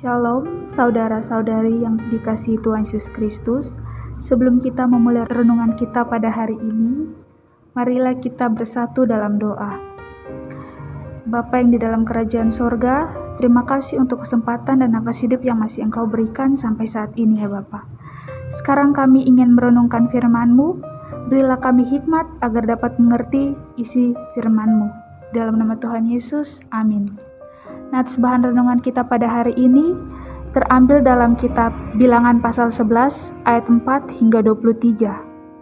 Shalom, saudara-saudari yang dikasihi Tuhan Yesus Kristus. Sebelum kita memulai renungan kita pada hari ini, marilah kita bersatu dalam doa. Bapa yang di dalam kerajaan sorga, terima kasih untuk kesempatan dan nafas hidup yang masih Engkau berikan sampai saat ini ya Bapa. Sekarang kami ingin merenungkan firman-Mu, berilah kami hikmat agar dapat mengerti isi firman-Mu. Dalam nama Tuhan Yesus, amin. Nats bahan renungan kita pada hari ini terambil dalam kitab Bilangan pasal 11 ayat 4 hingga 23.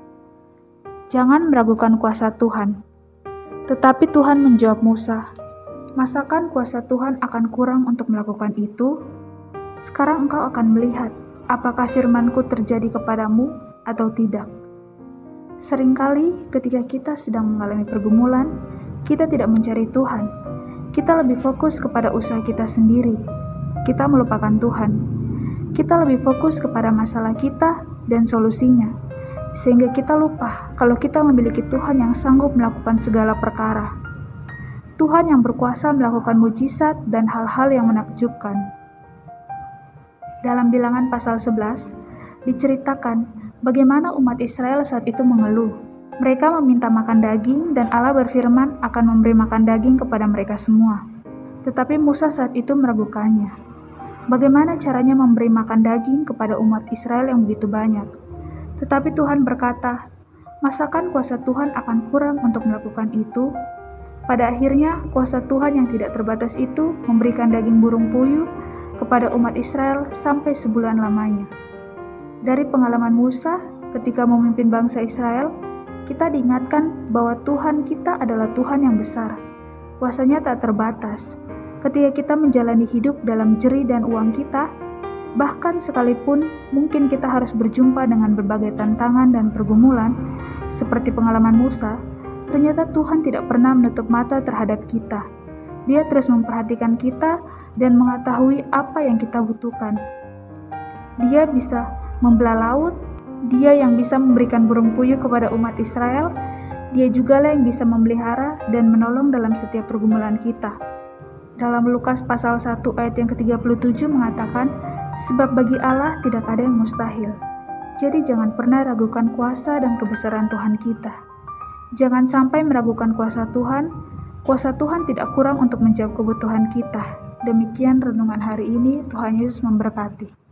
Jangan meragukan kuasa Tuhan. Tetapi Tuhan menjawab Musa, masakan kuasa Tuhan akan kurang untuk melakukan itu? Sekarang engkau akan melihat apakah firman-Ku terjadi kepadamu atau tidak. Seringkali ketika kita sedang mengalami pergumulan, kita tidak mencari Tuhan. Kita lebih fokus kepada usaha kita sendiri. Kita melupakan Tuhan. Kita lebih fokus kepada masalah kita dan solusinya. Sehingga kita lupa kalau kita memiliki Tuhan yang sanggup melakukan segala perkara. Tuhan yang berkuasa melakukan mujizat dan hal-hal yang menakjubkan. Dalam Bilangan pasal 11, diceritakan bagaimana umat Israel saat itu mengeluh. Mereka meminta makan daging dan Allah berfirman akan memberi makan daging kepada mereka semua. Tetapi Musa saat itu meragukannya. Bagaimana caranya memberi makan daging kepada umat Israel yang begitu banyak? Tetapi Tuhan berkata, masakan kuasa Tuhan akan kurang untuk melakukan itu? Pada akhirnya, kuasa Tuhan yang tidak terbatas itu memberikan daging burung puyuh kepada umat Israel sampai sebulan lamanya. Dari pengalaman Musa ketika memimpin bangsa Israel, kita diingatkan bahwa Tuhan kita adalah Tuhan yang besar. Kuasanya tak terbatas. Ketika kita menjalani hidup dalam jerih dan uang kita, bahkan sekalipun mungkin kita harus berjumpa dengan berbagai tantangan dan pergumulan, seperti pengalaman Musa, ternyata Tuhan tidak pernah menutup mata terhadap kita. Dia terus memperhatikan kita dan mengetahui apa yang kita butuhkan. Dia bisa membelah laut. Dia yang bisa memberikan burung puyuh kepada umat Israel, Dia juga lah yang bisa memelihara dan menolong dalam setiap pergumulan kita. Dalam Lukas pasal 1 ayat yang ke-37 mengatakan, sebab bagi Allah tidak ada yang mustahil. Jadi jangan pernah ragukan kuasa dan kebesaran Tuhan kita. Jangan sampai meragukan kuasa Tuhan tidak kurang untuk menjawab kebutuhan kita. Demikian renungan hari ini, Tuhan Yesus memberkati.